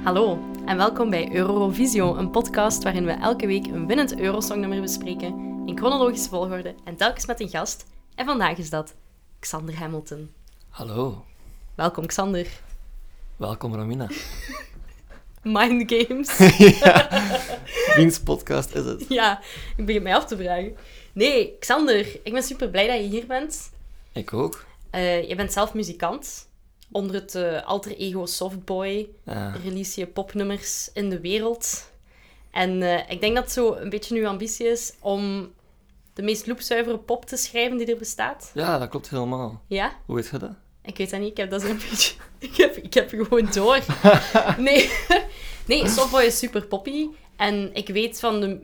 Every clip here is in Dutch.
Hallo en welkom bij Eurovisio, een podcast waarin we elke week een winnend Eurosongnummer bespreken in chronologische volgorde en telkens met een gast. En vandaag is dat Xander Hamilton. Hallo. Welkom Xander. Welkom Romina. Mind Games. Ja, wiens podcast is het? Ja, ik begin mij af te vragen. Nee, Xander, ik ben super blij dat je hier bent. Ik ook. Je bent zelf muzikant. Onder het alter ego Softboy release je popnummers in de wereld. En ik denk dat het zo een beetje uw ambitie is om de meest loopzuivere pop te schrijven die er bestaat. Ja, dat klopt helemaal. Ja? Hoe weet je dat? Ik weet dat niet, ik heb dat zo'n beetje... Ik heb gewoon door. Nee, Softboy is super poppy. En ik weet van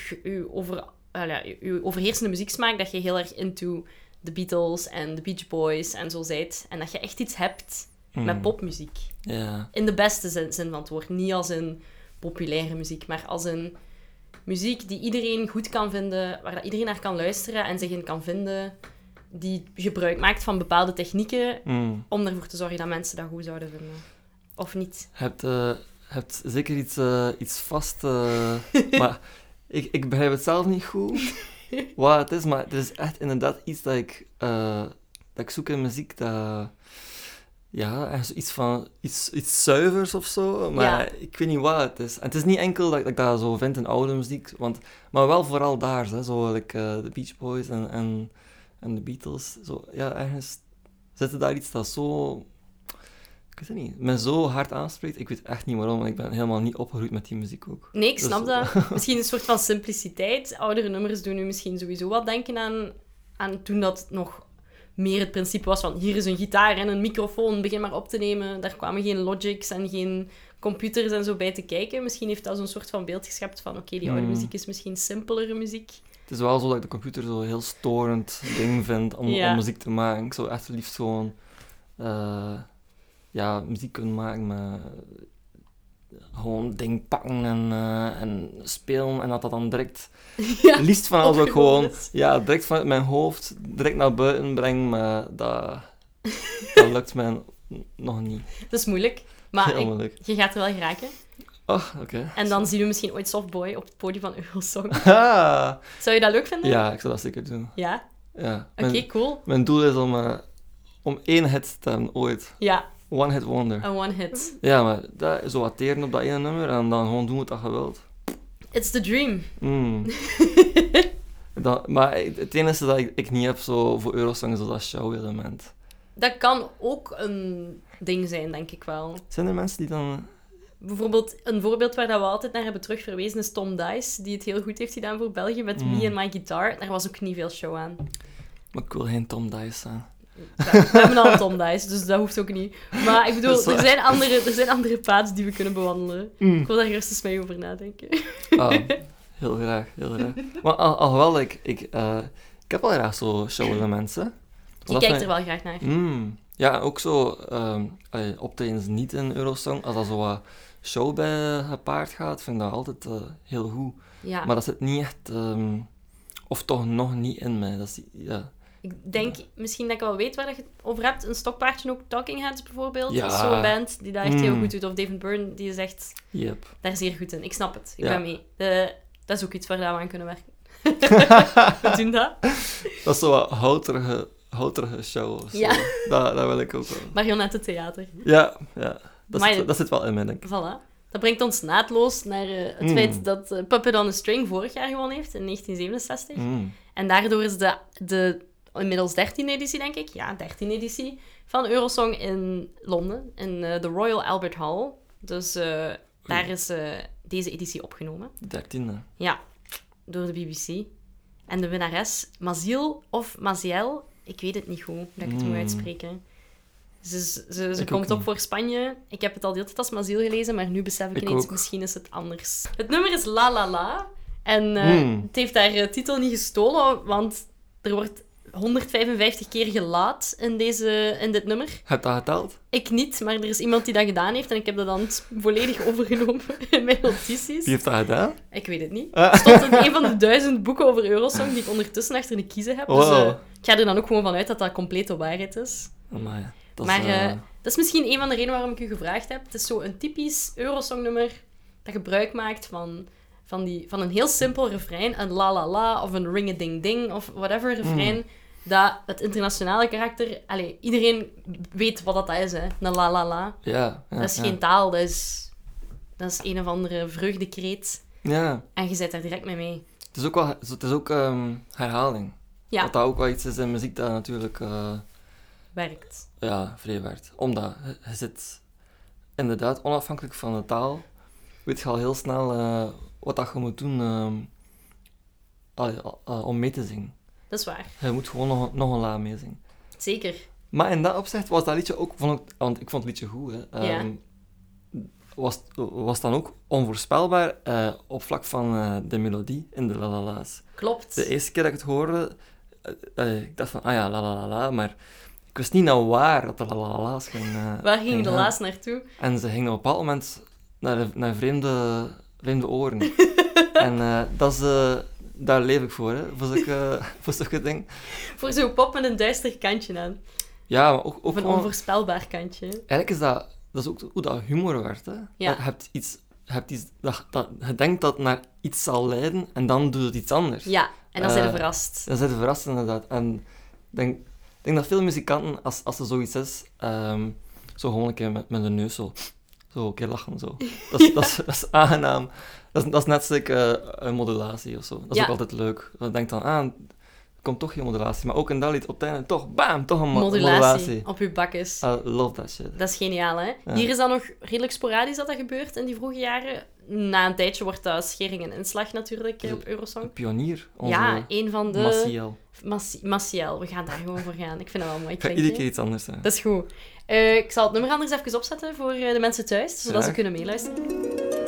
uw overheersende muzieksmaak dat je heel erg into de Beatles en de Beach Boys en zo zijt. En dat je echt iets hebt met popmuziek. Ja. In de beste zin van het woord. Niet als een populaire muziek, maar als een muziek die iedereen goed kan vinden, waar dat iedereen naar kan luisteren en zich in kan vinden, die gebruik maakt van bepaalde technieken om ervoor te zorgen dat mensen dat goed zouden vinden. Of niet? Hebt zeker iets vast, maar ik begrijp het zelf niet goed wat het is, maar het is echt inderdaad iets dat ik zoek in muziek, dat... Ja, iets zuivers of zo, maar ja. Ik weet niet wat het is. En het is niet enkel dat ik dat zo vind in oude muziek, maar wel vooral daar, hè, zo de Beach Boys en de Beatles. Zo, ja, ergens zit er daar iets dat zo... Ik weet het niet, me zo hard aanspreekt. Ik weet echt niet waarom, want ik ben helemaal niet opgegroeid met die muziek ook. Nee, ik snap dat. Misschien een soort van simpliciteit. Oudere nummers doen nu misschien sowieso wat denken aan toen dat nog meer het principe was van hier is een gitaar en een microfoon, begin maar op te nemen. Daar kwamen geen Logics en geen computers en zo bij te kijken. Misschien heeft dat zo'n soort van beeld geschept van oké, die oude muziek is misschien simpelere muziek. Het is wel zo dat ik de computer zo heel storend ding vind om muziek te maken. Ik zou echt liefst gewoon muziek kunnen maken met gewoon ding pakken en spelen en dat dan direct... Ja, liefst van als ik gewoon direct vanuit mijn hoofd direct naar buiten breng, maar dat lukt mij nog niet. Dat is moeilijk, maar moeilijk. Je gaat er wel geraken. Oh, oké. En dan zien we misschien ooit Softboy op het podium van Eurosong. Ah. Zou je dat leuk vinden? Ja, ik zou dat zeker doen. Ja? Ja. Oké, cool. Mijn doel is om 1 hit te hebben ooit. Ja. One hit wonder. Een one hit. Ja, maar dat, zo atteren op dat ene nummer en dan gewoon doen wat je wilt. It's the dream. Maar het enige dat ik niet heb zo voor Eurosong is dat show-element. Dat kan ook een ding zijn, denk ik wel. Zijn er mensen die dan... Bijvoorbeeld, een voorbeeld waar dat we altijd naar hebben terugverwezen is Tom Dice, die het heel goed heeft gedaan voor België met Me and My Guitar. Daar was ook niet veel show aan. Maar ik wil geen Tom Dice zijn. Ja, we hebben al Tom Dice, dus dat hoeft ook niet. Maar ik bedoel, er zijn andere paden die we kunnen bewandelen. Ik wil daar eerst eens mee over nadenken. Heel graag, heel graag. Maar alhoewel, ik heb wel graag zo show-elementen. Je kijkt er wel graag naar. Ja, ook zo optredens niet in Eurosong. Als dat zo wat show bij gepaard gaat, vind ik dat altijd heel goed. Ja. Maar dat zit niet echt... of toch nog niet in mij. Dat is, ja. Ik denk misschien dat ik wel weet waar je het over hebt. Een stokpaardje ook, Talking Heads bijvoorbeeld. Ja. Dat is zo'n band die dat echt heel goed doet. Of David Byrne, die is echt daar zeer goed in. Ik snap het. Ik ben mee. Dat is ook iets waar we aan kunnen werken. We doen dat. Dat is zo wat houterige show. Of zo. Ja. Dat wil ik ook wel. Marionettentheater. Ja. Dat zit wel in mij, denk ik. Voilà. Dat brengt ons naadloos naar het feit dat Puppet on a String vorig jaar gewonnen heeft, in 1967. En daardoor is de inmiddels 13e editie, denk ik. Ja, 13e editie van Eurosong in Londen, in de Royal Albert Hall. Dus daar is deze editie opgenomen. 13e. Ja, door de BBC. En de winnares, Maziel of Maziel, ik weet het niet goed, hoe ik het moet uitspreken. Ze komt op voor Spanje. Ik heb het al de hele tijd als Maziel gelezen, maar nu besef ik ineens, misschien is het anders. Het nummer is La La La. En het heeft haar titel niet gestolen, want er wordt 155 keer gelaat in dit nummer. Heb je dat geteld? Ik niet, maar er is iemand die dat gedaan heeft en ik heb dat dan volledig overgenomen in mijn notities. Wie heeft dat gedaan? Ik weet het niet. Het stond in een van de 1000 boeken over Eurosong die ik ondertussen achter de kiezen heb. Wow. Dus ik ga er dan ook gewoon vanuit dat dat complete waarheid is. Amai. Maar Dat is misschien een van de redenen waarom ik u gevraagd heb. Het is zo een typisch Eurosong-nummer dat gebruik maakt van een heel simpel refrein. Een la la la of een ring-a-ding-ding of whatever refrein. Dat het internationale karakter... Allee, iedereen weet wat dat is, hè. Een la la la. Ja, Dat is geen taal, dat is een of andere vreugdekreet. Ja. En je zit daar direct mee. Het is ook herhaling. Ja. Wat dat ook wel iets is in muziek dat natuurlijk... Werkt. Ja, vrij werkt. Omdat je zit inderdaad onafhankelijk van de taal, weet je al heel snel wat dat je moet doen om mee te zingen. Dat is waar. Je moet gewoon nog een la mee zingen. Zeker. Maar in dat opzicht was dat liedje ook... Want ik vond het liedje goed, hè. Ja. Was dan ook onvoorspelbaar op vlak van de melodie in de lalala's. Klopt. De eerste keer dat ik het hoorde, ik dacht van, ja, la, maar ik wist niet nou waar dat de lalala's ging. Waar ging de laas naartoe? En ze gingen op een bepaald moment naar vreemde oren. En daar leef ik voor, hè, voor zulke dingen. Voor zo'n pop met een duister kantje aan. Ja, maar ook Of een gewoon, onvoorspelbaar kantje. eigenlijk is dat is ook hoe dat humor werd. Hè. Ja. Je hebt iets dat je denkt dat naar iets zal leiden en dan doet het iets anders. Ja, en dan zijn we verrast. Dan zijn ze verrast, inderdaad. En ik denk dat veel muzikanten, als er zoiets is, zo gewoon een keer met de neus zo een keer lachen. Zo. Dat is aangenaam. Dat is net zeker een modulatie of zo. Dat is ook altijd leuk. Je denkt dan, er komt toch geen modulatie. Maar ook in dat lied, op het einde, toch, bam, toch een modulatie. Op uw bakjes. I love that shit. Dat is geniaal, hè? Ja. Hier is dat nog redelijk sporadisch dat gebeurt in die vroege jaren. Na een tijdje wordt dat schering en inslag natuurlijk op Eurosong. Een pionier. Onze Ja, een van de... Maciel. Maciel, we gaan daar gewoon voor gaan. Ik vind dat wel mooi. Ik ga iedere keer iets anders zijn. Dat is goed. Ik zal het nummer anders even opzetten voor de mensen thuis, zodat ze kunnen meeluisteren.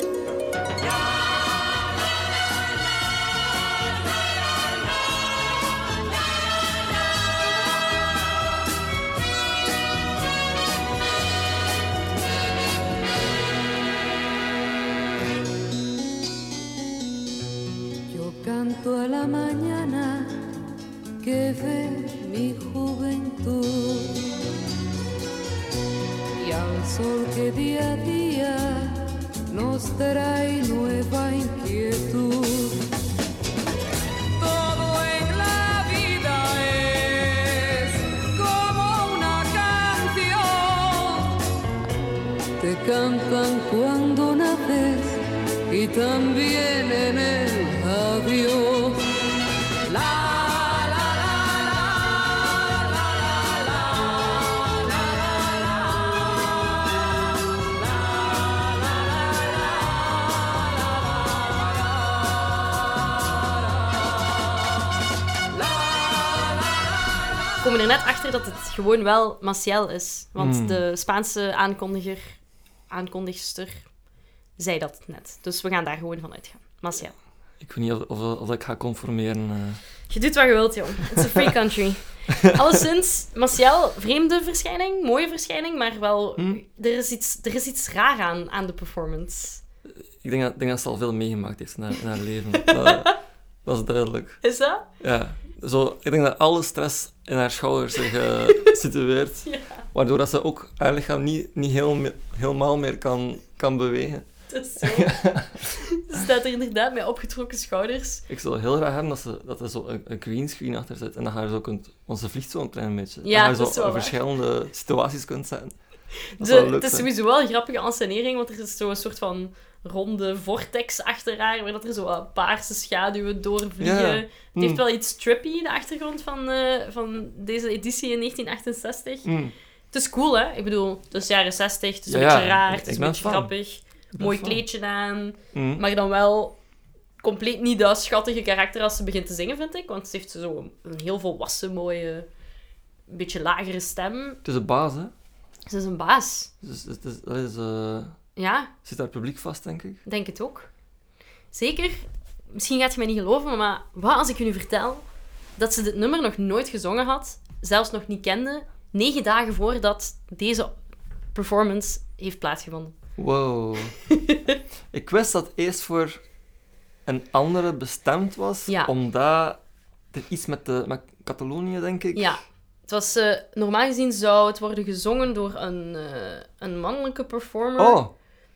Canto a la mañana que ve mi juventud y al sol que día a día nos trae nueva inquietud. Todo en la vida es como una canción, te cantan cuando naces y también en el adiós. La la la la la la la la We komen er net achter dat het gewoon wel Maciel is. Want de Spaanse aankondigster zei dat net. Dus we gaan daar gewoon van uitgaan. Maciel. Ik weet niet of ik ga conformeren. Je doet wat je wilt, joh. It's a free country. Alleszins, Maciel, vreemde verschijning, mooie verschijning, maar wel... Er is iets raar aan de performance. Ik denk dat ze al veel meegemaakt heeft in haar leven. Dat is duidelijk. Is dat? Ja. Zo, ik denk dat alle stress in haar schouders zich situeert. Ja. Waardoor dat ze ook haar lichaam niet helemaal meer kan bewegen. Dat is zo. Ze staat er inderdaad met opgetrokken schouders. Ik zou heel graag hebben dat er zo een greenscreen achter zit en dat je haar zo kunt... Want ze vliegt zo een klein beetje. Ja, dat dat is je wel zo waar. verschillende situaties kunt zetten. Het Het is sowieso wel een grappige ensenering, want er is zo'n soort van ronde vortex achter haar, waar dat er zo wat paarse schaduwen doorvliegen. Ja. Het heeft wel iets trippy, de achtergrond van deze editie in 1968. Het is cool, hè? Ik bedoel, het is jaren 60, het is een beetje raar, het is een beetje grappig. Mooi kleedje aan, maar dan wel compleet niet dat schattige karakter als ze begint te zingen, vind ik. Want ze heeft zo een heel volwassen, mooie, een beetje lagere stem. Het is een baas, hè? Ze is een baas. Dus Ja. Zit daar publiek vast, denk ik? Denk het ook. Zeker. Misschien gaat je mij niet geloven, maar wat als ik je nu vertel dat ze dit nummer nog nooit gezongen had, zelfs nog niet kende, 9 dagen voordat deze performance heeft plaatsgevonden. Wow. Ik wist dat het eerst voor een andere bestemd was, Ja. omdat er iets met Catalonië, denk ik. Ja. Het was, normaal gezien zou het worden gezongen door een mannelijke performer.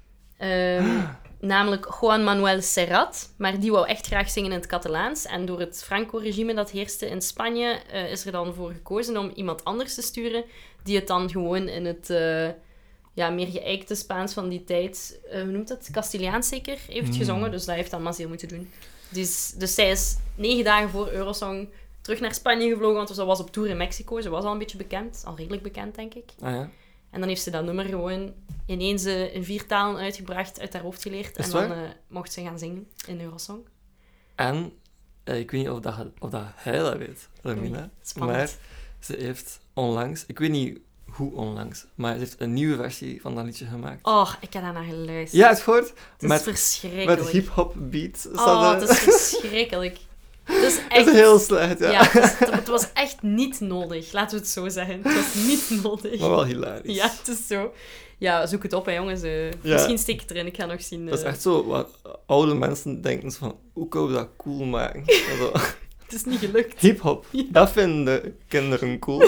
Namelijk Juan Manuel Serrat. Maar die wou echt graag zingen in het Catalaans. En door het Franco-regime dat heerste in Spanje is er dan voor gekozen om iemand anders te sturen die het dan gewoon in het meer geëikte Spaans van die tijd, hoe noemt het? Castiliaans zeker, heeft gezongen. Dus dat heeft dan Maziel moeten doen. Dus zij is 9 dagen voor Eurosong terug naar Spanje gevlogen, want ze was op tour in Mexico. Ze was al een beetje bekend, al redelijk bekend, denk ik. Ah, ja. En dan heeft ze dat nummer gewoon ineens in 4 talen uitgebracht, uit haar hoofd geleerd. Is en het dan mocht ze gaan zingen in Eurosong. En, ik weet niet of dat hij dat weet, Romina. Spannend. Maar ze heeft onlangs, ik weet niet hoe onlangs, maar ze heeft een nieuwe versie van dat liedje gemaakt. Oh, ik heb daarna geluisterd. Ja, het gehoord? Het is verschrikkelijk. Met hip-hop beat. Oh, het is verschrikkelijk. Het is echt... Dat is heel slecht, ja. Het was echt niet nodig, laten we het zo zeggen. Het was niet nodig. Maar wel hilarisch. Ja, het is zo. Ja, zoek het op, hè, jongens. Misschien steek ik het erin, ik ga nog zien. Dat is echt zo, wat oude mensen denken van, hoe kunnen we dat cool maken? Zo. Het is niet gelukt. Hip-hop, dat vinden kinderen cool.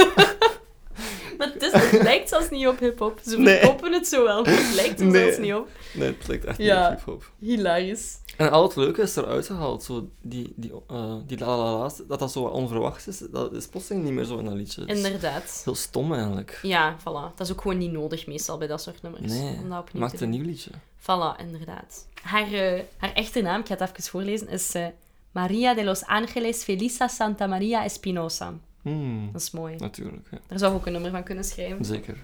Maar het lijkt zelfs niet op hip-hop. Ze verkopen het zo wel, maar het lijkt er zelfs niet op. Nee, het lijkt echt niet op hip-hop. Hilarisch. En al het leuke is eruit gehaald. Zo die la la la's, dat zo wat onverwachts is, dat is plotseling niet meer zo in dat liedje. Inderdaad. Heel stom eigenlijk. Ja, voilà. Dat is ook gewoon niet nodig meestal bij dat soort nummers. Nee, om dat opnieuw maakt te een doen. nieuw liedje. Voilà, inderdaad. Haar echte naam, ik ga het even voorlezen, is Maria de los Angeles Felisa Santa Maria Espinosa. Dat is mooi. Natuurlijk, ja. Daar zou ik ook een nummer van kunnen schrijven. Zeker.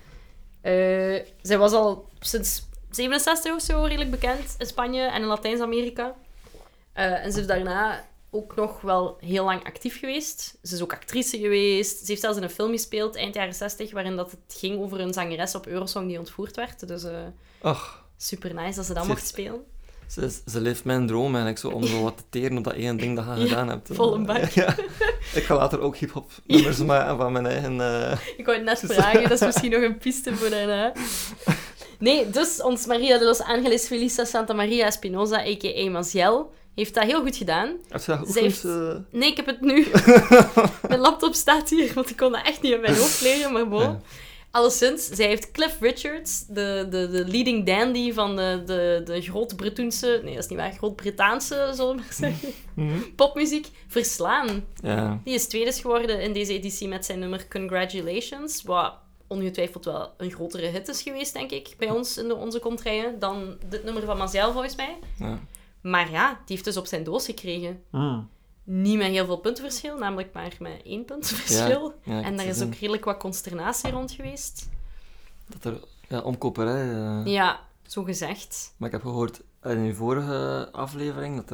Zij was al sinds 67 of zo redelijk bekend in Spanje en in Latijns-Amerika. En ze is daarna ook nog wel heel lang actief geweest. Ze is ook actrice geweest. Ze heeft zelfs in een film gespeeld, eind jaren 60, waarin dat het ging over een zangeres op Eurosong die ontvoerd werd. Dus super nice dat ze dat mocht spelen. Ze leeft mijn droom eigenlijk, zo, om zo wat te teren op dat ene ding dat je gedaan hebt. Vol een bak. Ja. Ik ga later ook hip-hop nummers maken van mijn eigen... Ik wou het net vragen, dat is misschien nog een piste voor daarna. Nee, dus ons Maria de los Angeles Felisa Santa Maria Espinosa, a.k.a. Maziel, heeft dat heel goed gedaan. Heb je dat geoefend? Nee, ik heb het nu. Mijn laptop staat hier, want ik kon dat echt niet in mijn hoofd leren, maar bon. Ja. Alleszins, zij heeft Cliff Richards, de leading dandy van de Groot-Britaanse... Nee, dat is niet waar. Groot-Britaanse, zullen we maar zeggen. Popmuziek, verslaan. Ja. Die is tweede geworden in deze editie met zijn nummer Congratulations, wat ongetwijfeld wel een grotere hit is geweest, denk ik, bij ons in onze contraien, dan dit nummer van Maziel, volgens mij. Ja. Maar ja, die heeft dus op zijn doos gekregen. Niet met heel veel puntenverschil, namelijk maar met 1 puntenverschil. Ja, en daar is ook redelijk wat consternatie rond geweest. Dat er omkoperij... Ja, zo gezegd. Maar ik heb gehoord in de vorige aflevering dat er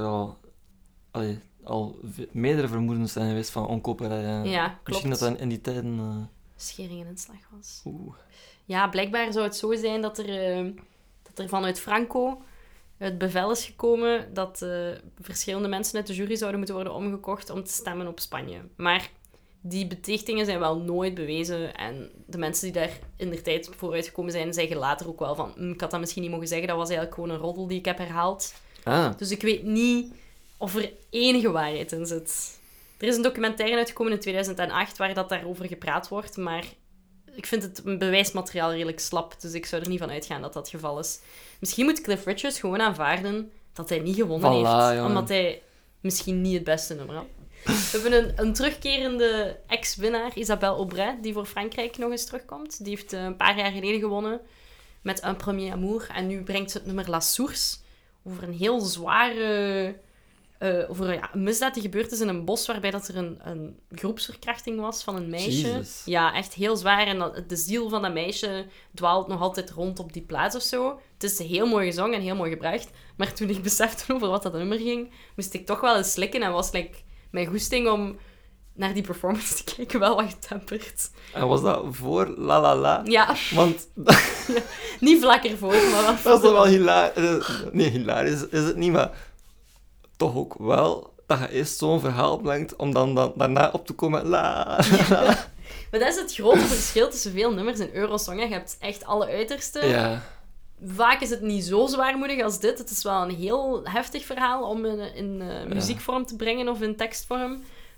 al meerdere vermoedens zijn geweest van omkoperij. Ja, klopt. Misschien dat dat in die tijden... schering en inslag was. Oeh. Ja, blijkbaar zou het zo zijn dat er vanuit Franco het bevel is gekomen dat verschillende mensen uit de jury zouden moeten worden omgekocht om te stemmen op Spanje. Maar die betichtingen zijn wel nooit bewezen. En de mensen die daar in de tijd voor uitgekomen zijn, zeggen later ook wel van ik had dat misschien niet mogen zeggen, dat was eigenlijk gewoon een roddel die ik heb herhaald. Dus ik weet niet of er enige waarheid in zit. Er is een documentaire uitgekomen in 2008 waar dat daarover gepraat wordt, maar ik vind het bewijsmateriaal redelijk slap, dus ik zou er niet van uitgaan dat dat het geval is. Misschien moet Cliff Richards gewoon aanvaarden dat hij niet gewonnen heeft, ja. omdat hij misschien niet het beste nummer had. We hebben een terugkerende ex-winnaar, Isabelle Aubray, die voor Frankrijk nog eens terugkomt. Die heeft een paar jaar geleden gewonnen met Un Premier Amour en nu brengt ze het nummer La Source over een heel zware... over een misdaad die gebeurd is in een bos, waarbij dat er een groepsverkrachting was van een meisje. Jesus. Ja, echt heel zwaar. En de ziel van dat meisje dwaalt nog altijd rond op die plaats of zo. Het is heel mooi gezongen en heel mooi gebracht. Maar toen ik besefte over wat dat nummer ging, moest ik toch wel eens slikken en was mijn goesting om naar die performance te kijken wel wat getemperd. En was dat voor La La La? Ja. Want... ja, niet vlak ervoor, maar wel voor. Dat is toch wel hilarisch. Nee, hilarisch is het niet, maar... toch ook wel dat je eerst zo'n verhaal brengt om dan daarna op te komen met la. Maar dat is het grote verschil tussen veel nummers in Eurosong. Je hebt echt alle uitersten. Ja. Vaak is het niet zo zwaarmoedig als dit. Het is wel een heel heftig verhaal om in muziekvorm te brengen of in tekstvorm.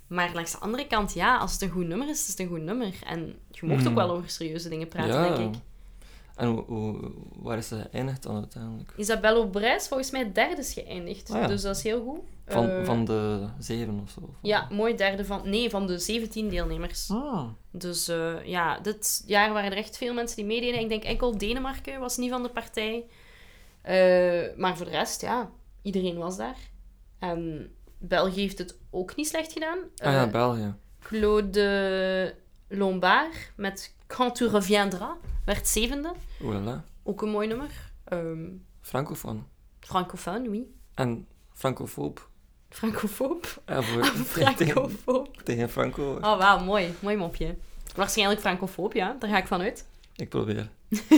Maar langs de andere kant, ja, als het een goed nummer is, is het een goed nummer. En je mocht ook wel over serieuze dingen praten, denk ik. En waar is ze geëindigd dan uiteindelijk? Isabelle Aubray is volgens mij derde is geëindigd. Ah, ja. Dus dat is heel goed. Van de 7 of zo? Ja, mooi derde van de 17 deelnemers. Ah. Dus dit jaar waren er echt veel mensen die meededen. Ik denk enkel Denemarken was niet van de partij. Maar voor de rest, ja, iedereen was daar. En België heeft het ook niet slecht gedaan. België. Claude Lombard met Quand tu reviendras werd zevende. Oelala. Ook een mooi nummer. Francofoon. Francofoon, oui. En francofoob. Francofoob? Ja, Francofoob. tegen Franco. Oh, wauw, mooi. Mooi mopje. Waarschijnlijk francofoob, ja. Daar ga ik van uit. Ik probeer.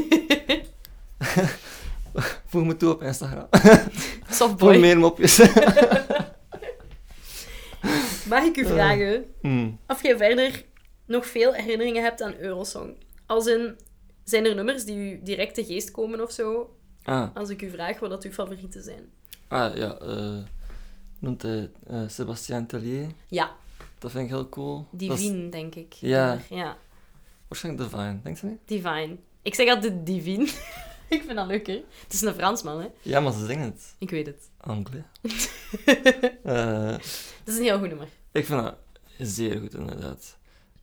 Voeg me toe op Instagram. Softboy. Voor meer mopjes. Mag ik u vragen Mm. of jij verder nog veel herinneringen hebt aan Eurosong? Als in, zijn er nummers die u direct te geest komen of zo? Als ik u vraag wat dat uw favorieten zijn. Noemt hij Sébastien Tellier. Ja. Dat vind ik heel cool. Divine, denk ik. Ja. Ja. Waarschijnlijk Divine, denk je niet? Divine. Ik zeg altijd Divine. Ik vind dat leuker. Het is een Fransman, hè? Ja, maar ze zingen het. Ik weet het. Anglais. Het is een heel goed nummer. Ik vind dat zeer goed, inderdaad.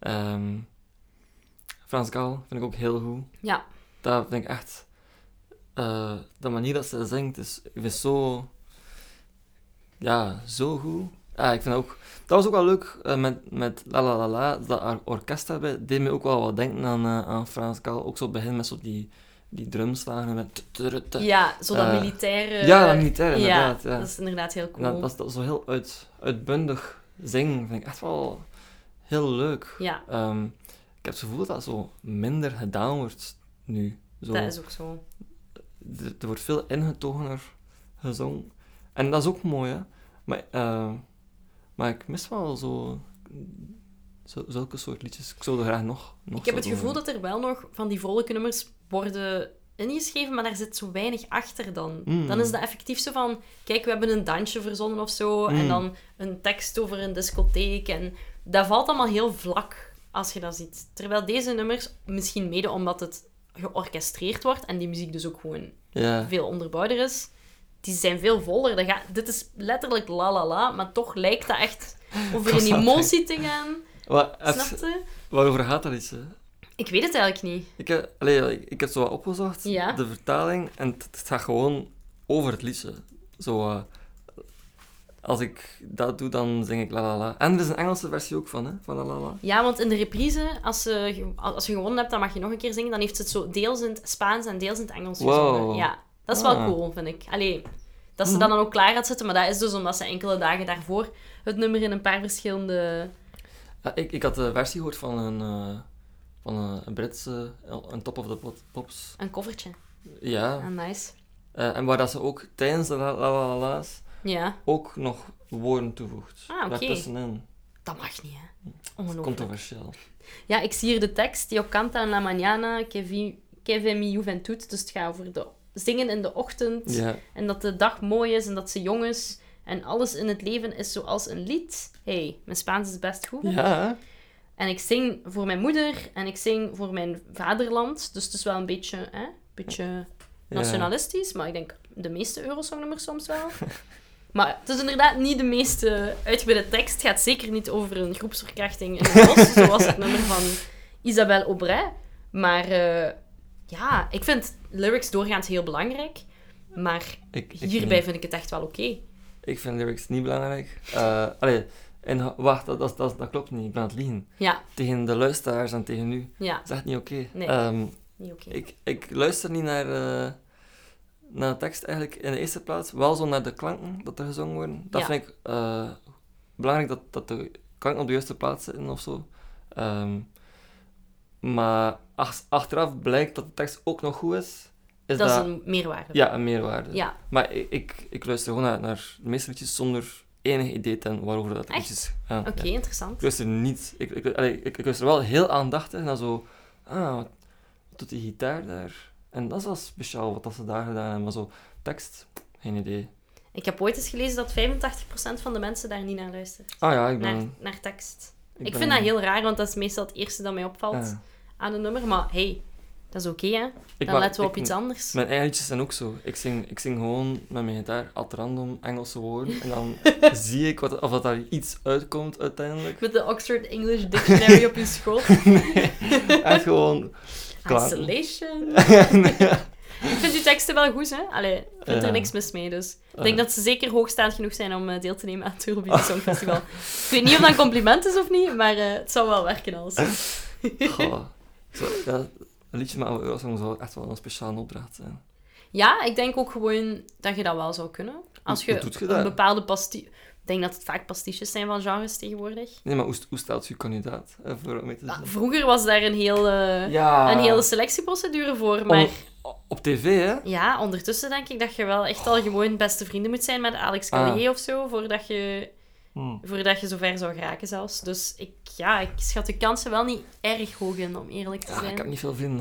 Frans Gal vind ik ook heel goed. Ja. Dat vind ik echt... de manier dat ze zingt is zo... Ja, zo goed. Ik vind ook... Dat was ook wel leuk met La La La La. Dat orkest daarbij deed me ook wel wat denken aan Frans Gal. Ook zo het begin met zo die drumslagen met... Ja, zo dat militaire... Ja, dat militaire, inderdaad. Ja, dat is inderdaad heel cool. Dat is zo heel uitbundig zingen. Vind ik echt wel heel leuk. Ja. Ik heb het gevoel dat dat zo minder gedaan wordt nu. Zo. Dat is ook zo. Er wordt veel ingetogener gezongen. En dat is ook mooi, hè. Maar ik mis wel zulke soort liedjes. Ik zou er graag nog ik heb het gevoel dat er wel nog van die vrolijke nummers worden ingeschreven, maar daar zit zo weinig achter dan. Dan is dat effectief zo van, kijk, we hebben een dansje verzonnen of zo, en dan een tekst over een discotheek, en dat valt allemaal heel vlak als je dat ziet. Terwijl deze nummers, misschien mede omdat het georchestreerd wordt, en die muziek dus ook gewoon veel onderbouwder is, die zijn veel voller. Dit is letterlijk la la la, maar toch lijkt dat echt over een emotie te gaan. Snap je? Waarover gaat dat iets, hè? Ik weet het eigenlijk niet. Ik heb zo wat opgezocht, de vertaling, en het gaat gewoon over het liedje. Zo, als ik dat doe, dan zing ik la la la. En er is een Engelse versie ook van la la la. Ja, want in de reprise, als je gewonnen hebt, dan mag je nog een keer zingen. Dan heeft ze het zo deels in het Spaans en deels in het Engels gezongen. Ja, dat is wel cool, vind ik. Dat ze dat dan ook klaar gaat zetten, maar dat is dus omdat ze enkele dagen daarvoor het nummer in een paar verschillende... Ik had de versie gehoord van een Britse, een Top of the Pops. Een covertje. Ja. Nice. En waar dat ze ook tijdens de la la la la's ook nog woorden toevoegt. Oké. Daartussenin. Dat mag niet, hè. Ongelooflijk. Controversieel. Ja, ik zie hier de tekst. Yo canta en la mañana que ve mi juventud. Dus het gaat over de zingen in de ochtend. Ja. En dat de dag mooi is en dat ze jong is. En alles in het leven is zoals een lied. Mijn Spaans is best goed. Ja. En ik zing voor mijn moeder en ik zing voor mijn vaderland. Dus het is wel een beetje nationalistisch. Maar ik denk de meeste Eurosongnummers soms wel. Maar het is inderdaad niet de meest uitgebreide tekst. Het gaat zeker niet over een groepsverkrachting in het bos, zoals het nummer van Isabelle Aubray. Maar ik vind lyrics doorgaans heel belangrijk. Maar hierbij vind ik het echt wel oké. Ik vind lyrics niet belangrijk. Wacht, dat klopt niet. Ik ben aan het liegen. Ja. Tegen de luisteraars en tegen u. Ja. Dat is echt niet oké. Nee, niet oké. Ik luister niet naar de tekst eigenlijk in de eerste plaats. Wel zo naar de klanken dat er gezongen worden. Dat vind ik belangrijk, dat de klanken op de juiste plaats zitten of zo. Maar achteraf blijkt dat de tekst ook nog goed is. Dat is een meerwaarde. Ja, een meerwaarde. Ja. Maar ik luister gewoon naar de meeste liedjes zonder enig idee ten waarover dat liedjes gaan. Oké, interessant. Ik luister niet... Ik luister wel heel aandachtig naar zo... wat doet die gitaar daar? En dat is wel speciaal wat dat ze daar gedaan hebben. Maar zo, tekst, geen idee. Ik heb ooit eens gelezen dat 85% van de mensen daar niet naar luistert. Ah ja, ik ben... Naar tekst. Ik ben- vind dat heel raar, want dat is meestal het eerste dat mij opvalt Ja. aan een nummer. Maar hey, dat is oké, hè. Dan wou- letten we op iets anders. Mijn eigen liedjes zijn ook zo. Ik zing gewoon met mijn gitaar at random Engelse woorden. En dan zie ik of dat daar iets uitkomt uiteindelijk. Met de Oxford English Dictionary op je schoot. Echt gewoon... klaar. Isolation. Ik vind uw teksten wel goed, hè. Allee, ik vind er niks mis mee, dus... Ik denk dat ze zeker hoogstaand genoeg zijn om deel te nemen aan het Eurovisie Songfestival. Ik weet niet of dat een compliment is of niet, maar het zou wel werken als. Goh. Een liedje met oude Eurosong zou echt wel een speciale opdracht zijn. Ja, ik denk ook gewoon dat je dat wel zou kunnen. Als Hoe je doet je een dat? bepaalde pastiche... Ik denk dat het vaak pastiches zijn van genres tegenwoordig. Nee, maar hoe stelt je kandidaat voor om mee te doen? Vroeger was daar een Ja. hele selectieprocedure voor, maar... Op tv, hè? Ja, ondertussen denk ik dat je wel echt al gewoon beste vrienden moet zijn met Alex Callier of zo, voordat je zover zou geraken zelfs. Dus ik schat de kansen wel niet erg hoog in, om eerlijk te Ja, zijn. ik heb niet veel vrienden.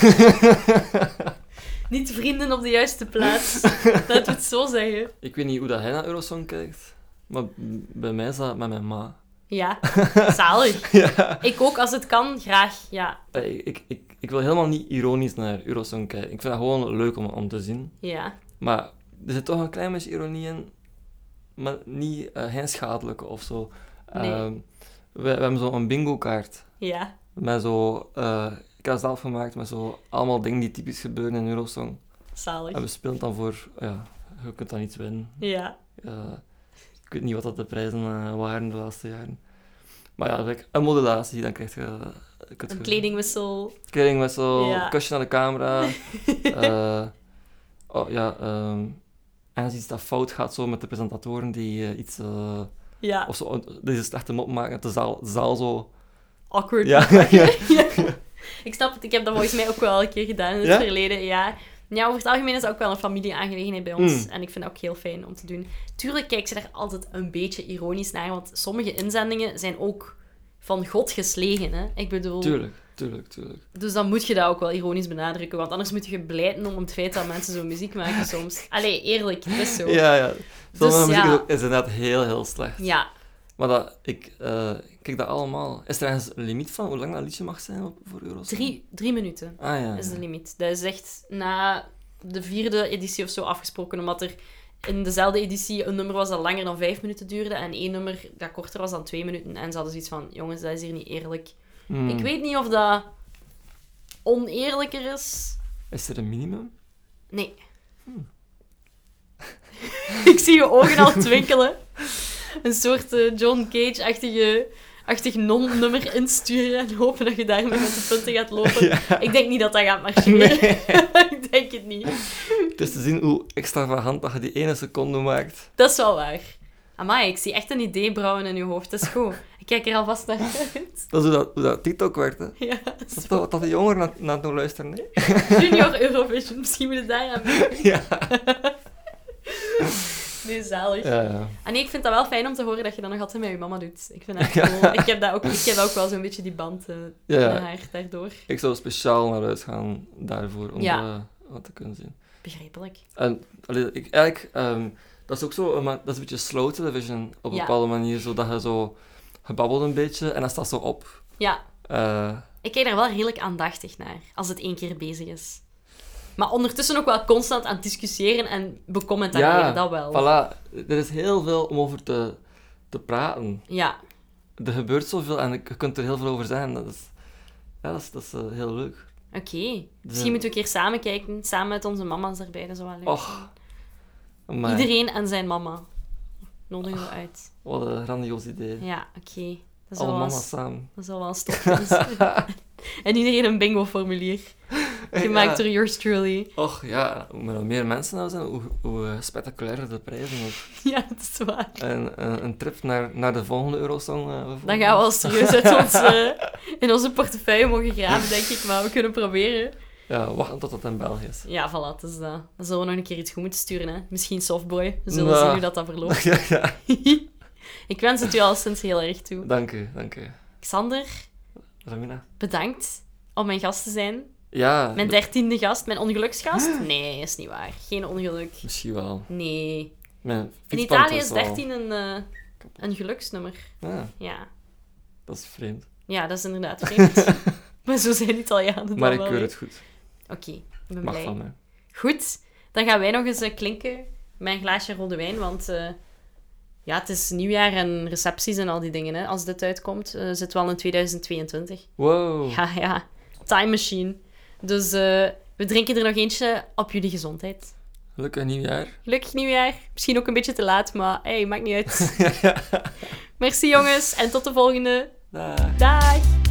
Niet vrienden op de juiste plaats. Laten we het zo zeggen. Ik weet niet hoe dat hij naar Eurosong kijkt, maar bij mij is dat met mijn ma. Ja, zalig. Ja. Ik ook, als het kan, graag, ja. Ik wil helemaal niet ironisch naar Eurosong kijken. Ik vind het gewoon leuk om te zien. Ja, Maar er zit toch een klein beetje ironie in, maar niet geen schadelijke of zo. Nee. We hebben zo'n bingo-kaart. ja, Met zo... ik heb dat zelf gemaakt met zo allemaal dingen die typisch gebeuren in Eurosong. zalig. En we spelen dan voor... Ja, je kunt dan iets winnen. Ja, Ik weet niet wat dat de prijzen waren de laatste jaren. Maar ja, like, een modulatie, dan krijg je... een kledingwissel. Kledingwissel, Ja. kusje naar de camera. En als iets dat fout gaat zo met de presentatoren die iets... Ja, of zo, deze slechte mop maken, dat de zaal zo... awkward. Ja, Ja. Ik snap het, ik heb dat volgens mij ook wel een keer gedaan in het Ja? verleden. Ja. Ja, over het algemeen is dat ook wel een familieaangelegenheid bij ons. Mm. En ik vind dat ook heel fijn om te doen. Tuurlijk kijken ze daar altijd een beetje ironisch naar, want sommige inzendingen zijn ook van God geslegen. Hè? Ik bedoel, Tuurlijk. dus dan moet je dat ook wel ironisch benadrukken, want anders moet je blijten om het feit dat mensen zo muziek maken soms. Allee, eerlijk, het is zo. Ja. Sommige Dus, muziek ja. is inderdaad heel slecht. Ja, Maar ik kijk dat allemaal... Is er ergens een limiet van hoe lang dat liedje mag zijn voor Eurosong? 3 minuten. Ah ja. is de limiet. Dat is echt na de 4e editie of zo afgesproken, omdat er in dezelfde editie een nummer was dat langer dan 5 minuten duurde en 1 nummer dat korter was dan 2 minuten. En ze hadden zoiets van, jongens, dat is hier niet eerlijk. Ik weet niet of dat oneerlijker is. Is er een minimum? Nee. Ik zie je ogen al twinkelen. Een soort John Cage-achtig non-nummer insturen en hopen dat je daarmee met de punten gaat lopen. Ja. Ik denk niet dat dat gaat marcheren. Ik denk het niet. Het is te zien hoe extravagant dat je die ene seconde maakt. Dat is wel waar. Amai, ik zie echt een idee brouwen in je hoofd. Dat is goed. Ik kijk er alvast naar uit. Dat is hoe dat TikTok werkt, hè. Ja, Dat is toch wat de jongeren naar het luisteren, hè. Junior Eurovision. Misschien moet het daar aan beginnen. Ja. Nee, zalig. Ja. En nee, ik vind dat wel fijn om te horen dat je dat nog altijd met je mama doet. Ik vind dat echt cool. Ik heb ook wel zo'n beetje die band met haar daardoor. Ik zou speciaal naar huis gaan daarvoor, om wat te kunnen zien. Begrijpelijk. En dat is ook zo, maar dat is een beetje slow television op een Ja. bepaalde manier, zodat je zo gebabbelt een beetje en dan staat zo op. Ja, Eh, ik kijk daar wel redelijk aandachtig naar, als het 1 keer bezig is. Maar ondertussen ook wel constant aan het discussiëren en becommentareren, dat wel. Voilà. Er is heel veel om over te praten. Ja, Er gebeurt zoveel en je kunt er heel veel over zeggen. Dat is heel leuk. oké. Misschien moeten we een keer samen kijken, samen met onze mama's erbij. Dat zou wel leuk zijn. Och, amai. Iedereen en zijn mama nodigen we uit. Wat een grandioos idee. Ja, oké. Dat Alle zal wel mama's samen. Dat zal wel een stoppunt zijn. En iedereen een bingo-formulier. Gemaakt door yours truly. Och ja, hoe er meer mensen nou zijn, hoe spectaculairder de prijzen ook. Ja, dat is waar. En een trip naar de volgende Eurosong bijvoorbeeld. Dan gaan we al serieus uit in onze portefeuille mogen graven, denk ik. Maar we kunnen proberen. Ja, wachten tot het in België is. Ja, voilà. Dus dan zullen we nog een keer iets goed moeten sturen. Hè? Misschien Softboy. We zullen Nou. zien hoe dat verloopt. Ja. Ik wens het u al sinds heel erg toe. Dank u. Xander, Ramina. bedankt om mijn gast te zijn. Ja, Mijn 13e gast, mijn ongeluksgast? Nee, is niet waar. Geen ongeluk. misschien wel. Nee. Mijn In fietsband Italië is was al 13 een geluksnummer. Ah, Ja. dat is vreemd. Ja, dat is inderdaad vreemd. Maar zo zijn Italianen dan Maar ik wel. keur hè. het goed. Oké, ik ben Mag blij. van mij. Goed, dan gaan wij nog eens klinken met een glaasje rode wijn, want ja, het is nieuwjaar en recepties en al die dingen. Hè. Als dit uitkomt, zitten we al in 2022. Wow. Ja, time machine. Dus we drinken er nog eentje op jullie gezondheid. Gelukkig nieuwjaar. Gelukkig nieuwjaar. Misschien ook een beetje te laat, maar hey, maakt niet uit. Merci jongens, en tot de volgende. Dag. Dag!